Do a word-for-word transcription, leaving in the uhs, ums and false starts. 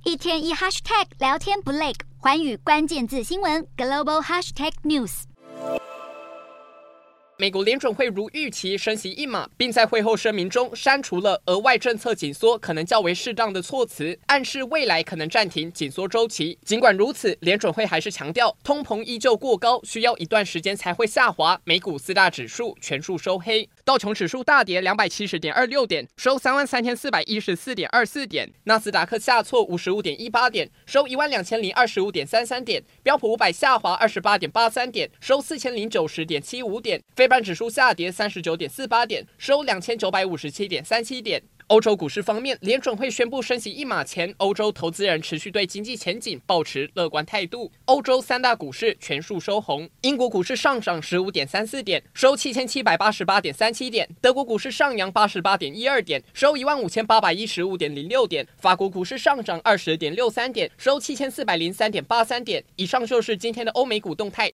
一天一 hashtag 聊天不累，寰宇关键字新闻 global hashtag news。 美国联准会如预期升息一码，并在会后声明中删除了额外政策紧缩可能较为适当的措辞，暗示未来可能暂停紧缩周期。尽管如此，联准会还是强调通膨依旧过高，需要一段时间才会下滑。美股四大指数全数收黑，道琼指数大跌两百七十点二六点，收三万三千四百一十四点二四点；纳斯达克下挫五十五点一八点，收一万两千零二十五点三三点；标普五百下滑二十八点八三点，收四千零九十点七五点；非半指数下跌三十九点四八点，收两千九百五十七点三七点。欧洲股市方面，联准会宣布升息一码前，欧洲投资人持续对经济前景抱持乐观态度。欧洲三大股市全数收红，英国股市上涨十五点三四点，收七千七百八十八点三七点；德国股市上扬八十八点一二点，收一万五千八百一十五点零六点；法国股市上涨二十点六三点，收七千四百零三点八三点。以上就是今天的欧美股动态，